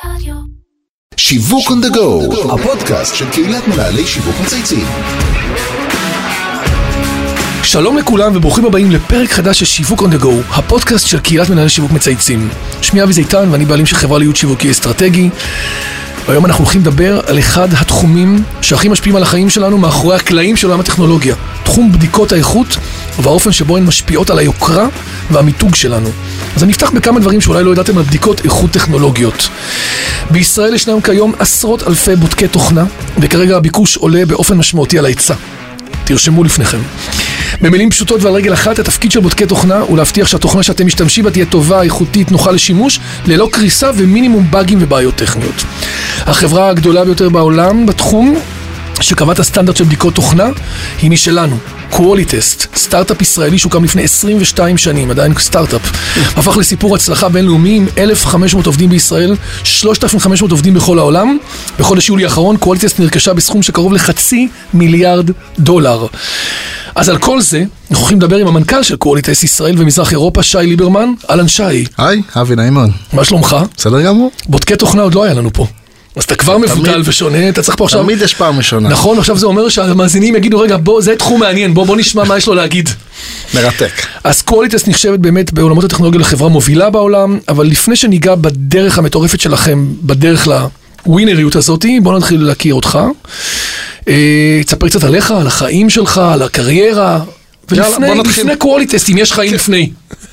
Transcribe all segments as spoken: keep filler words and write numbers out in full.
שיווק on the go, הפודקאסט של קהילת מנהלי שיווק מצייצים. שלום לכולם וברוכים הבאים לפרק חדש של שיווק on the go, הפודקאסט של קהילת מנהלי שיווק מצייצים. שמי אבי זיתן ואני בעלים של חברה לייעוץ שיווקי אסטרטגי. והיום אנחנו הולכים לדבר על אחד התחומים שהכי משפיעים על החיים שלנו מאחורי הקלעים של עולם הטכנולוגיה. תחום בדיקות האיכות והאופן שבו הן משפיעות על היוקרה והמיתוג שלנו. אז אני אפתח בכמה דברים שאולי לא ידעתם על בדיקות איכות טכנולוגיות. בישראל ישנם כיום עשרות אלפי בודקי תוכנה, וכרגע הביקוש עולה באופן משמעותי על ההיצע. תרשמו לפניכם. במילים פשוטות ועל רגל אחת, התפקיד של בודקי תוכנה הוא להבטיח שהתוכנה שאתם משתמשים בה תהיה טובה, איכותית, נוחה לשימוש, ללא קריסה ומינימום באגים ובעיות טכניות. החברה הגדולה ביותר בעולם בתחום שקבעה את הסטנדרט של בדיקות תוכנה היא משלנו, קואליטסט, סטארט-אפ ישראלי שהוקם לפני עשרים ושתיים שנים, עדיין סטארט-אפ. הפך לסיפור הצלחה בינלאומי עם אלף וחמש מאות עובדים בישראל, שלושת אלפים וחמש מאות עובדים בכל העולם. בחודש יולי האחרון קואליטסט נרכשה בסכום שקרוב לחצי מיליארד דולר. אז על כל זה, אנחנו הולכים לדבר עם המנכ"ל של קואליטסט ישראל ומזרח אירופה, שי ליברמן. אהלן שי. היי, אבי, נעים מאוד. מה שלומך? בסדר גמור. בודקי תוכנה עוד לא היה לנו פה. אז אתה כבר מבוטל ושונה, אתה צריך פה עכשיו... תמיד יש פעם ראשונה. נכון, עכשיו זה אומר שהמאזינים יגידו, רגע, בוא, זה תחום מעניין, בוא, בוא נשמע מה יש לו להגיד. מרתק. אז קואליטסט נחשבת באמת בעולמות הטכנולוגיה לחברה מובילה בעולם, אבל לפני שניגע בדרך המטורפת שלכם, בדרך לווינריות הזאת, בוא נתחיל להכיר אותך. תספר קצת עליך, על החיים שלך, על הקריירה, ולפני קואליטסט, אם יש חיים לפני.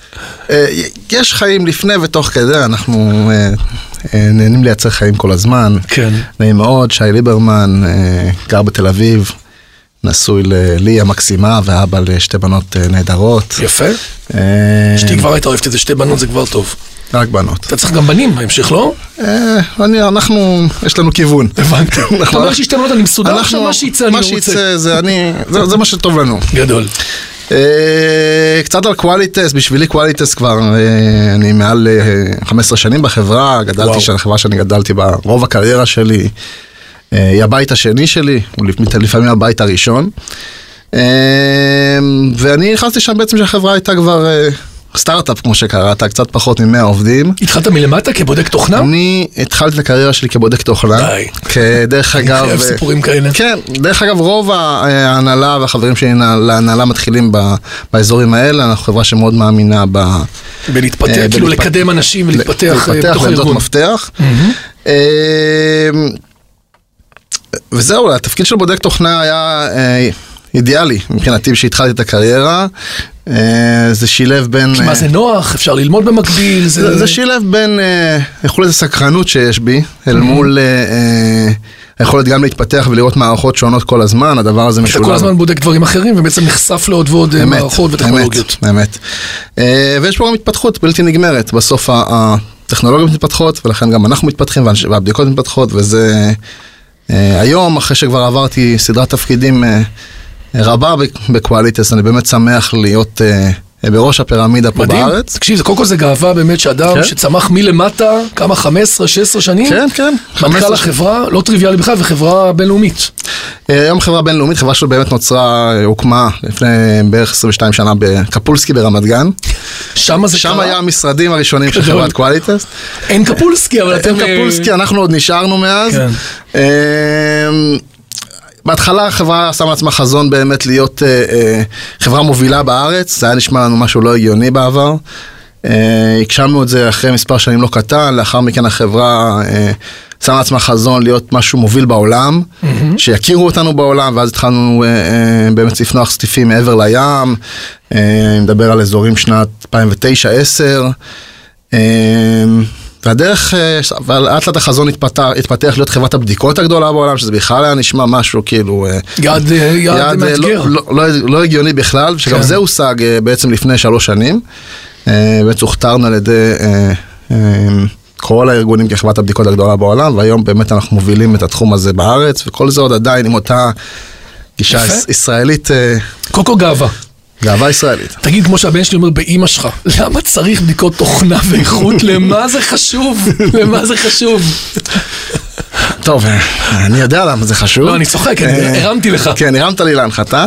יש חיים לפני ותוך כדי, אנחנו נהנים לייצר חיים כל הזמן. כן. נעים מאוד, שי ליברמן, גר בתל אביב, נשוי לליה מקסימה ואבא לשתי בנות נהדרות. יפה. אשתי כבר הייתה אוהבת את זה, שתי בנות זה כבר טוב. רק בנות. אתה צריך גם בנים בהמשך, לא? אנחנו, יש לנו כיוון. הבנתי. אתה אומר ששתי בנות אני מסודר, עכשיו מה שיצא אני רוצה. מה שיצא זה אני, זה מה שטוב לנו. גדול. קצת על קואליטסט, בשבילי קואליטסט כבר, אני מעל חמש עשרה שנים בחברה, גדלתי של החברה שאני גדלתי בה, רוב הקריירה שלי, היא הבית השני שלי, לפעמים הבית הראשון, ואני נכנסתי שם בעצם שהחברה הייתה כבר סטארט-אפ, כמו שקראת, קצת פחות ממאה עובדים. התחלת מלמטה כבודק תוכנה? אני התחלתי את הקריירה שלי כבודק תוכנה. די. כדרך אגב... אני חייב סיפורים כאלה. כן, דרך אגב, רוב ההנהלה והחברים שלי להנהלה מתחילים באזורים האלה, אנחנו חברה שמאוד מאמינה ב... בלהתפתח, כאילו לקדם אנשים ולהתפתח בתוך הארגון. מפתח. וזהו, התפקיד של בודק תוכנה היה אידיאלי, מבחינתי שהתחלתי את הקריירה. זה שילב בין... מה זה נוח? אפשר ללמוד במקביל? זה שילב בין יכולת הסקרנות שיש בי, אל מול היכולת גם להתפתח ולראות מערכות שונות כל הזמן, הדבר הזה משולב. אתה כל הזמן בודק דברים אחרים, ובעצם נחשף לעוד ועוד מערכות וטכנולוגיות. אמת, אמת. ויש פה גם התפתחות בלתי נגמרת. בסוף הטכנולוגיות מתפתחות, ולכן גם אנחנו מתפתחים, והבדיקות מתפתחות, וזה היום, אחרי שכבר עברתי סדרת תפקידים רבה בקואליטסט, אני באמת שמח להיות בראש הפירמידה פה בארץ. תקשיב, זה קודם כל זה גאווה באמת שאדם שצמח מלמטה, כמה חמש עשרה שש עשרה שנים, כן, כן. מנכ"ל החברה, לא טריוויאלי בכלל, וחברה בינלאומית. היום חברה בינלאומית, חברה שלו באמת נוצרה, הוקמה לפני בערך עשרים ושתיים שנה בקפולסקי ברמת גן. שם זה שם היה המשרדים הראשונים של חברת קואליטסט. אין קפולסקי, אבל אתם... אין קפולסקי, אנחנו עוד נשארנו מאז. בהתחלה החברה שמה לעצמה חזון באמת להיות אה, אה, חברה מובילה בארץ, זה היה נשמע לנו משהו לא הגיוני בעבר. אה, הקשמנו את זה אחרי מספר שנים לא קטן, לאחר מכן החברה אה, שמה לעצמה חזון להיות משהו מוביל בעולם, mm-hmm. שיכירו אותנו בעולם, ואז התחלנו אה, אה, באמת לפנוח סטיפים מעבר לים, אה, מדבר על אזורים שנת אלפיים ותשע עשר, אה, והדרך, ולאט לאט החזון התפתח, התפתח להיות חברת הבדיקות הגדולה בעולם, שזה בכלל היה נשמע משהו כאילו... יעד, יעד מאתגר. לא, לא, לא, לא הגיוני בכלל, שגם זה הושג בעצם לפני שלוש שנים. בעצם הוכתרנו על ידי כל הארגונים כחברת הבדיקות הגדולה בעולם, והיום באמת אנחנו מובילים את התחום הזה בארץ, וכל זה עוד עדיין עם אותה גישה ישראלית. קודם כל גאווה. גאווה ישראלית. תגיד, כמו שהבן שלי אומר באמא שלך, למה צריך בדיקות תוכנה ואיכות? למה זה חשוב? למה זה חשוב? טוב, אני יודע למה זה חשוב. לא, אני צוחק, הרמתי לך. כן, הרמת לי להנחתה.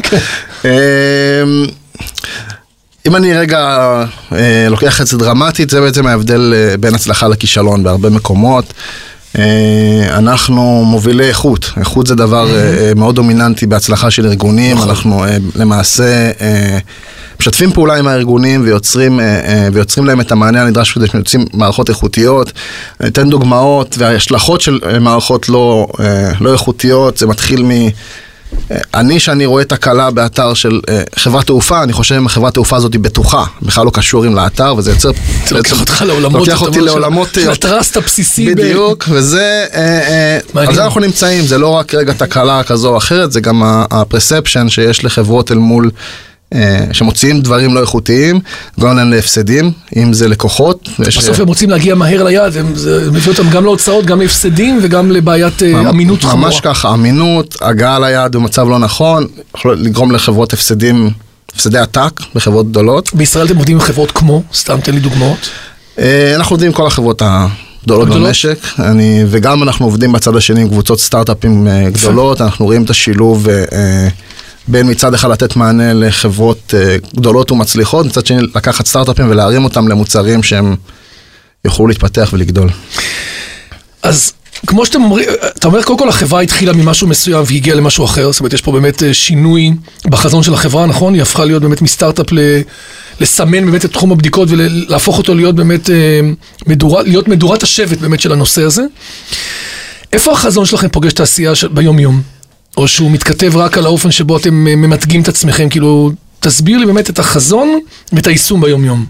אם אני רגע לוקח את זה דרמטית, זה בעצם ההבדל בין הצלחה לכישלון בהרבה מקומות. אנחנו מובילי איכות, איכות זה דבר מאוד דומיננטי בהצלחה של ארגונים, אנחנו למעשה משתפים פעולה עם הארגונים ויוצרים, ויוצרים להם את המענה הנדרש כדי שיוצאים מערכות איכותיות. ניתן דוגמאות, וההשלכות של מערכות לא, לא איכותיות, זה מתחיל מ... אני, שאני רואה את הקלה באתר של חברת תעופה, אני חושב אם חברת תעופה הזאת היא בטוחה, בכלל לא קשורים לאתר, וזה יוצר... זה לוקח אותך לעולמות, לוקח אותי לעולמות... של הטרסט הבסיסי. בדיוק, וזה... על זה אנחנו נמצאים, זה לא רק רגע תקלה כזו או אחרת, זה גם הפרספשן שיש לחברות אל מול... שמוציאים דברים לא איכותיים, גורם להם להפסדים, אם זה לקוחות. בסוף הם רוצים להגיע מהר ליד, זה מביא אותם גם להוצאות, גם להפסדים וגם לבעיית אמינות חמורה. ממש ככה, אמינות, הגעה ליד במצב לא נכון, יכול לגרום לחברות הפסדים, הפסדי עתק בחברות גדולות. בישראל אתם עובדים עם חברות כמו, סתם תן לי דוגמאות. אנחנו עובדים עם כל החברות הגדולות במשק, וגם אנחנו עובדים בצד השני עם קבוצות סטארט-אפים גדולות, אנחנו רואים את השילוב בין מצד אחד לתת מענה לחברות גדולות ומצליחות, מצד שני לקחת סטארט-אפים ולהרים אותם למוצרים שהם יוכלו להתפתח ולגדול. אז כמו שאתם אומרים, אתה אומר, קודם כל החברה התחילה ממשהו מסוים והגיעה למשהו אחר, זאת אומרת, יש פה באמת שינוי בחזון של החברה, נכון? היא הפכה להיות באמת מסטארט-אפ לסמן באמת את תחום הבדיקות ולהפוך אותו להיות באמת מדורה, להיות מדורת השבט באמת של הנושא הזה. איפה החזון שלכם פוגש את העשייה ביום-יום? או שהוא מתכתב רק על האופן שבו אתם ממתגים את עצמכם, כאילו, תסביר לי באמת את החזון ואת היישום ביום-יום.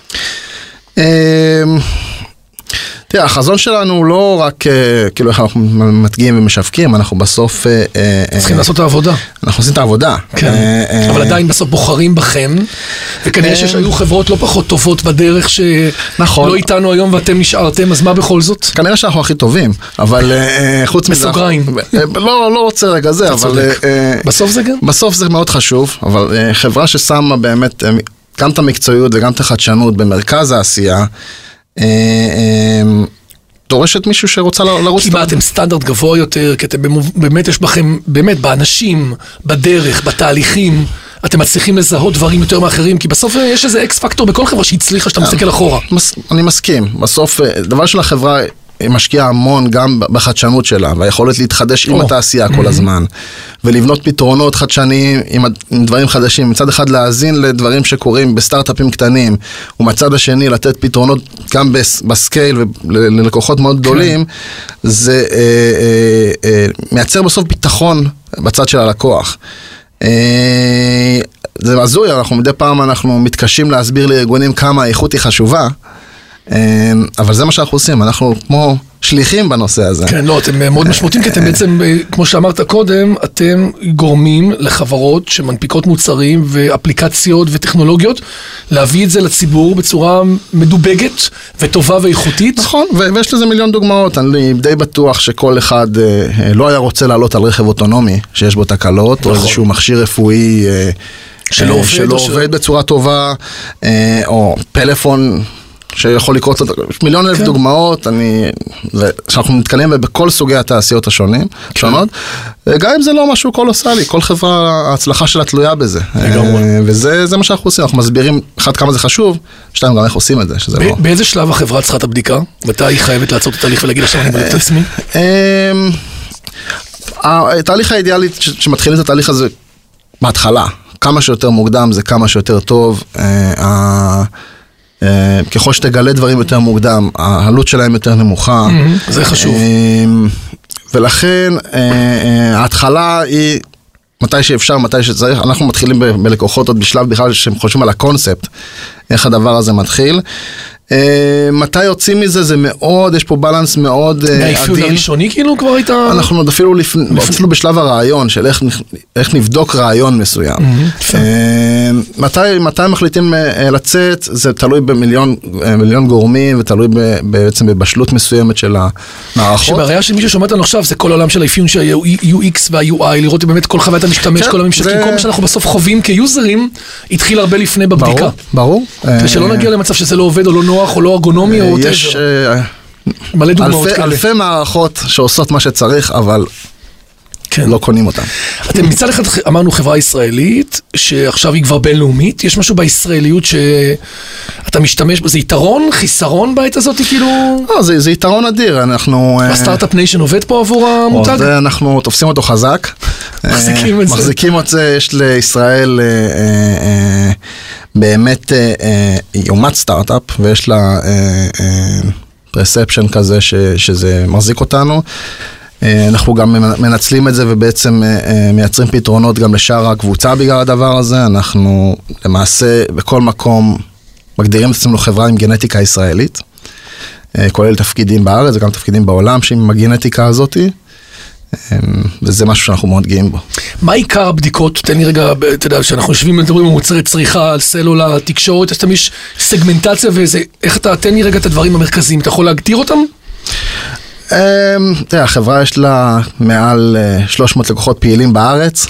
תראה, החזון שלנו הוא לא רק, כאילו, איך אנחנו מתגיעים ומשווקים, אנחנו בסוף... צריכים לעשות את העבודה. אנחנו עושים את העבודה. כן, אבל עדיין בסוף בוחרים בכם, וכנראה שהיו חברות לא פחות טובות בדרך שלא איתנו היום ואתם נשארתם, אז מה בכל זאת? כנראה שאנחנו הכי טובים, אבל חוץ מזה... בסוגריים. לא רוצה רגע זה, אבל... בסוף זה גם? בסוף זה מאוד חשוב, אבל חברה ששמה באמת גם את המקצועיות וגם את החדשנות במרכז העשייה, דורשת מישהו שרוצה לרוץ. כי מה, אתם סטנדרט גבוה יותר, כי אתם באמת יש בכם, באמת באנשים, בדרך, בתהליכים, אתם מצליחים לזהות דברים יותר מאחרים, כי בסוף יש איזה אקס פקטור בכל חברה שהצליחה שאתה מסתכל אחורה. אני מסכים, בסוף דבר של החברה משקיעה המון גם בחדשנות שלה, והיכולת להתחדש עם התעשייה כל הזמן, ולבנות פתרונות חדשניים עם דברים חדשים, מצד אחד להאזין לדברים שקורים בסטארט-אפים קטנים, ומצד השני לתת פתרונות גם בסקייל וללקוחות מאוד גדולים, זה מייצר בסוף ביטחון בצד של הלקוח. זה מזוי, אנחנו מדי פעם אנחנו מתקשים להסביר לארגונים כמה האיכות היא חשובה, אבל זה מה שאנחנו עושים, אנחנו כמו שליחים בנושא הזה. כן, לא, אתם מאוד משמעותיים, כי אתם בעצם, כמו שאמרת קודם, אתם גורמים לחברות שמנפיקות מוצרים ואפליקציות וטכנולוגיות, להביא את זה לציבור בצורה מדובגת וטובה ואיכותית. נכון, ויש לזה מיליון דוגמאות, אני די בטוח שכל אחד לא היה רוצה לעלות על רכב אוטונומי, שיש בו תקלות, או איזשהו מכשיר רפואי שלא עובד, שלא עובד בצורה טובה, או פלאפון שיכול לקרות מיליון אלף דוגמאות, שאנחנו מתקלים בכל סוגי התעשיות השונים, שונות, גם אם זה לא משהו קולוסלי, כל חברה, ההצלחה שלה תלויה בזה. וזה מה שאנחנו עושים, אנחנו מסבירים, אחד, כמה זה חשוב, שתיים, גם איך עושים את זה, שזה לא. באיזה שלב החברה צריכה את הבדיקה? מתי היא חייבת לעצור את התהליך ולהגיד עכשיו אני בודק את עצמי? התהליך האידיאלי שמתחילים את התהליך הזה בהתחלה, כמה שיותר מוקדם זה כמה שיותר טוב, ככל שתגלה דברים יותר מוקדם, העלות שלהם יותר נמוכה. זה חשוב. ולכן, ההתחלה היא מתי שאפשר, מתי שצריך. אנחנו מתחילים בלקוחות עוד בשלב בכלל שהם חושבים על הקונספט, איך הדבר הזה מתחיל. מתי יוצאים מזה, זה מאוד, יש פה בלנס מאוד עדין. מהאפיון הראשוני כאילו כבר הייתה... אנחנו עוד אפילו, אפילו בשלב הרעיון, של איך, איך נבדוק רעיון מסוים. מתי, מתי מחליטים לצאת, זה תלוי במיליון מיליון גורמים, ותלוי בעצם בבשלות מסוימת של המערכות. שבראיה של מי ששומע אותנו עכשיו, זה כל העולם של האפיון של ה-יו אקס וה-יו איי, לראות באמת כל חוויית המשתמש, כל הממשקים, כל מה שאנחנו בסוף חווים כיוזרים, התחיל הרבה לפני בבדיקה. ברור. ושלא נגיע למצב שזה לא עובד או לא נוח או לא ארגונומי או תזר. יש מלא דוגמאות כאלה. אלפי מערכות שעושות מה שצריך, אבל כן. לא קונים אותם. אתם מצד אחד אמרנו חברה ישראלית, שעכשיו היא כבר בינלאומית, יש משהו בישראליות שאתה משתמש, זה יתרון, חיסרון בעת הזאת, כאילו? לא, זה, זה יתרון אדיר, אנחנו... הסטארט-אפ ניישן עובד פה עבור המותג? זה אנחנו תופסים אותו חזק. מחזיקים את זה. מחזיקים את זה, יש לישראל באמת יומת סטארט-אפ, ויש לה פרספשן כזה שזה מחזיק אותנו. אנחנו גם מנצלים את זה ובעצם מייצרים פתרונות גם לשאר הקבוצה בגלל הדבר הזה. אנחנו למעשה בכל מקום מגדירים את עצמנו חברה עם גנטיקה ישראלית, כולל תפקידים בארץ וגם תפקידים בעולם שעם הגנטיקה הזאת, וזה משהו שאנחנו מאוד גאים בו. מה עיקר הבדיקות? תן לי רגע, אתה יודע, שאנחנו יושבים ומדברים על מוצרי צריכה, על סלולר, תקשורת, אז תמיד יש סגמנטציה וזה, איך אתה, תן לי רגע את הדברים המרכזיים, אתה יכול להגדיר אותם? תראה, החברה יש לה מעל שלוש מאות לקוחות פעילים בארץ,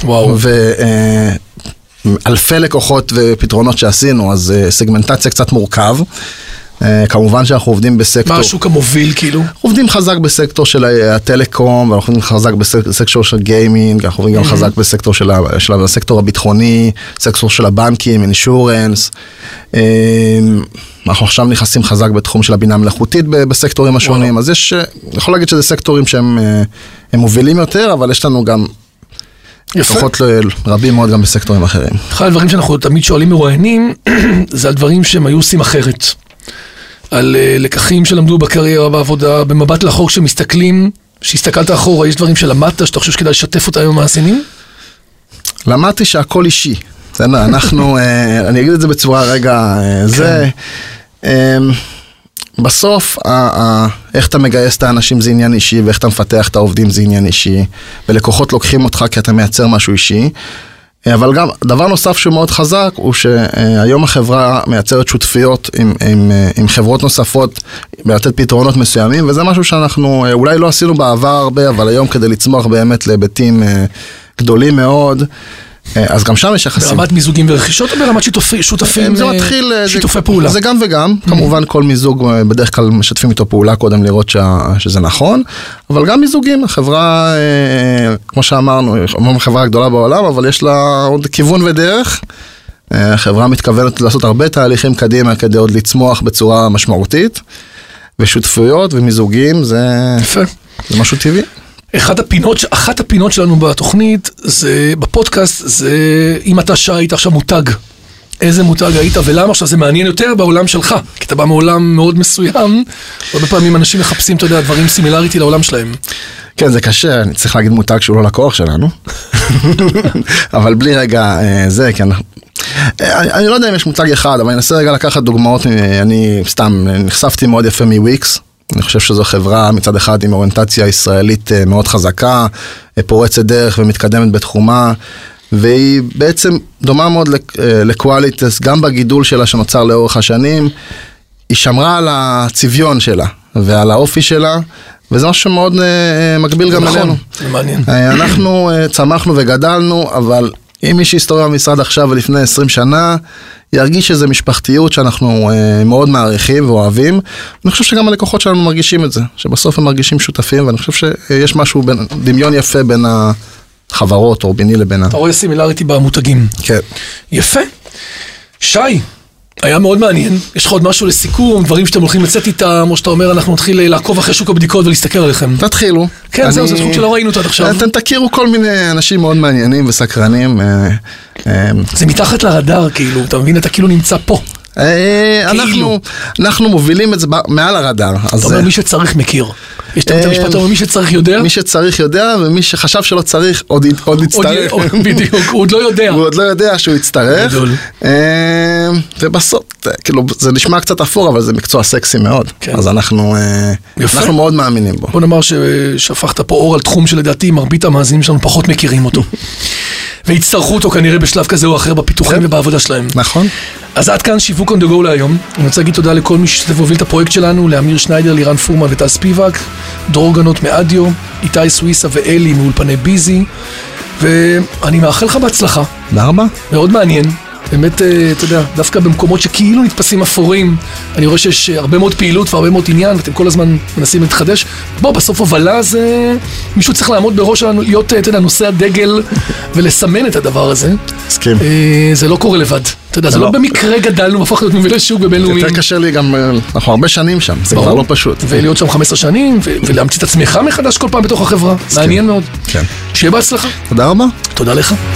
ואלפי לקוחות ופתרונות שעשינו, אז סגמנטציה קצת מורכב. כמובן שאנחנו עובדים בסקטור... מה השוק המוביל כאילו? אנחנו עובדים חזק בסקטור של הטלקום, ואנחנו עובדים חזק בסקטור של גיימינג, אנחנו עובדים גם חזק בסקטור של הסקטור הביטחוני, סקטור של הבנקים, אינשורנס. אנחנו עכשיו נכנסים חזק בתחום של הבינה מלאכותית בסקטורים השונים, אז יש, יכול להגיד שזה סקטורים שהם מובילים יותר, אבל יש לנו גם לקוחות רבים מאוד גם בסקטורים אחרים. אחד הדברים שאנחנו תמיד שואלים מרואיינים, זה על דברים שהם היו עושים אחרת. על לקחים שלמדו בקריירה, בעבודה, במבט לאחור שמסתכלים, שהסתכלת אחורה, יש דברים שלמדת, שאתה חושב שכדאי לשתף אותם עם המעשינים? למדתי שהכל אישי. אנחנו, אני אגיד את זה בצורה רגע, זה, בסוף, איך אתה מגייס את האנשים זה עניין אישי, ואיך אתה מפתח את העובדים זה עניין אישי, ולקוחות לוקחים אותך כי אתה מייצר משהו אישי, אבל גם דבר נוסף שהוא מאוד חזק, הוא שהיום החברה מייצרת שותפיות עם, עם, עם חברות נוספות, ולתת פתרונות מסוימים, וזה משהו שאנחנו אולי לא עשינו בעבר הרבה, אבל היום כדי לצמוח באמת להיבטים גדולים מאוד, אז גם שם יש יחסים. ברמת מיזוגים ורכישות או ברמת שותפים, זה מתחיל, שיתופי פעולה? זה גם וגם, כמובן כל מיזוג בדרך כלל משתפים איתו פעולה קודם לראות שזה נכון, אבל גם מיזוגים, החברה, כמו שאמרנו, חברה גדולה בעולם, אבל יש לה עוד כיוון ודרך, החברה מתכוונת לעשות הרבה תהליכים קדימה כדי עוד לצמוח בצורה משמעותית, ושותפויות ומיזוגים זה, זה משהו טבעי. אחת הפינות, אחת הפינות שלנו בתוכנית, זה, בפודקאסט, זה אם אתה שהיית עכשיו מותג. איזה מותג היית ולמה? עכשיו זה מעניין יותר בעולם שלך, כי אתה בא מעולם מאוד מסוים, הרבה פעמים אנשים מחפשים, אתה יודע, דברים סימילריטי לעולם שלהם. כן, זה קשה, אני צריך להגיד מותג שהוא לא לקוח שלנו. אבל בלי רגע, זה, כן. אני, אני לא יודע אם יש מותג אחד, אבל אני אנסה רגע לקחת דוגמאות, אני סתם נחשפתי מאוד יפה מוויקס, אני חושב שזו חברה מצד אחד עם אוריינטציה ישראלית מאוד חזקה, פורצת דרך ומתקדמת בתחומה, והיא בעצם דומה מאוד לקואליטס, גם בגידול שלה שנוצר לאורך השנים, היא שמרה על הצביון שלה ועל האופי שלה, וזה משהו שמאוד מקביל גם אלינו. זה מעניין. אנחנו צמחנו וגדלנו, אבל אם מי שהסתובב במשרד עכשיו ולפני עשרים שנה, ירגיש שזה משפחתיות שאנחנו אה, מאוד מעריכים ואוהבים. אני חושב שגם הלקוחות שלנו מרגישים את זה, שבסוף הם מרגישים שותפים, ואני חושב שיש משהו בין, דמיון יפה בין החברות או ביני לבין ה... אתה רואה סימילריטי במותגים. כן. יפה. שי, היה מאוד מעניין. יש לך עוד משהו לסיכום, דברים שאתם הולכים לצאת איתם, או שאתה אומר, אנחנו נתחיל לעקוב אחרי שוק הבדיקות ולהסתכל עליכם. תתחילו. כן, אני... זהו, זה זכות שלא ראינו אותה עד עכשיו. אתם תכירו כל מיני אנשים מאוד מעניינים וסקרנים. זה מתחת לרדאר, כאילו, אתה מבין, אתה כאילו נמצא פה. אנחנו, אנחנו מובילים את זה מעל הרדאר. אתה אומר, מי שצריך מכיר. יש את המשפט, מי שצריך יודע? מי שצריך יודע, ומי שחשב שלא צריך, עוד יצטרך. בדיוק, הוא עוד לא יודע. הוא עוד לא יודע שהוא יצטרך. ובסוף, כאילו, זה נשמע קצת אפור, אבל זה מקצוע סקסי מאוד. אז אנחנו מאוד מאמינים בו. בוא נאמר ששפכת פה אור על תחום שלדעתי מרבית המאזינים שלנו פחות מכירים אותו. והצטרכו אותו כנראה בשלב כזה או אחר בפיתוחים ובעבודה שלהם. נכון. אז עד כאן שיווק on the go להיום. אני רוצה להגיד תודה לכל מי ששתף והוביל את הפרויקט שלנו, לאמיר שניידר, לירן פורמן וטל ספיבק, דרור גנות מאדיו, איתי סוויסה ואלי מאולפני ביזי, ואני מאחל לך בהצלחה. תודה רבה. מאוד מעניין. באמת, אתה יודע, דווקא במקומות שכאילו נתפסים אפורים, אני רואה שיש הרבה מאוד פעילות והרבה מאוד עניין, ואתם כל הזמן מנסים להתחדש. בוא, בסוף הובלה זה... מישהו צריך לעמוד בראש שלנו, להיות, אתה יודע, נושא הדגל ולסמן את הדבר הזה. מסכים. זה לא קורה לבד. אתה יודע, זה לא במקרה גדלנו, הפך להיות מובילי שוק בבינלאומיים. יותר קשה לי גם, אנחנו הרבה שנים שם, זה כבר לא פשוט. ולהיות שם חמש עשרה שנים, ולהמציא את עצמך מחדש כל פעם בתוך החברה. מעניין מאוד. כן. שיהיה בהצלחה. תודה רבה. תודה לך.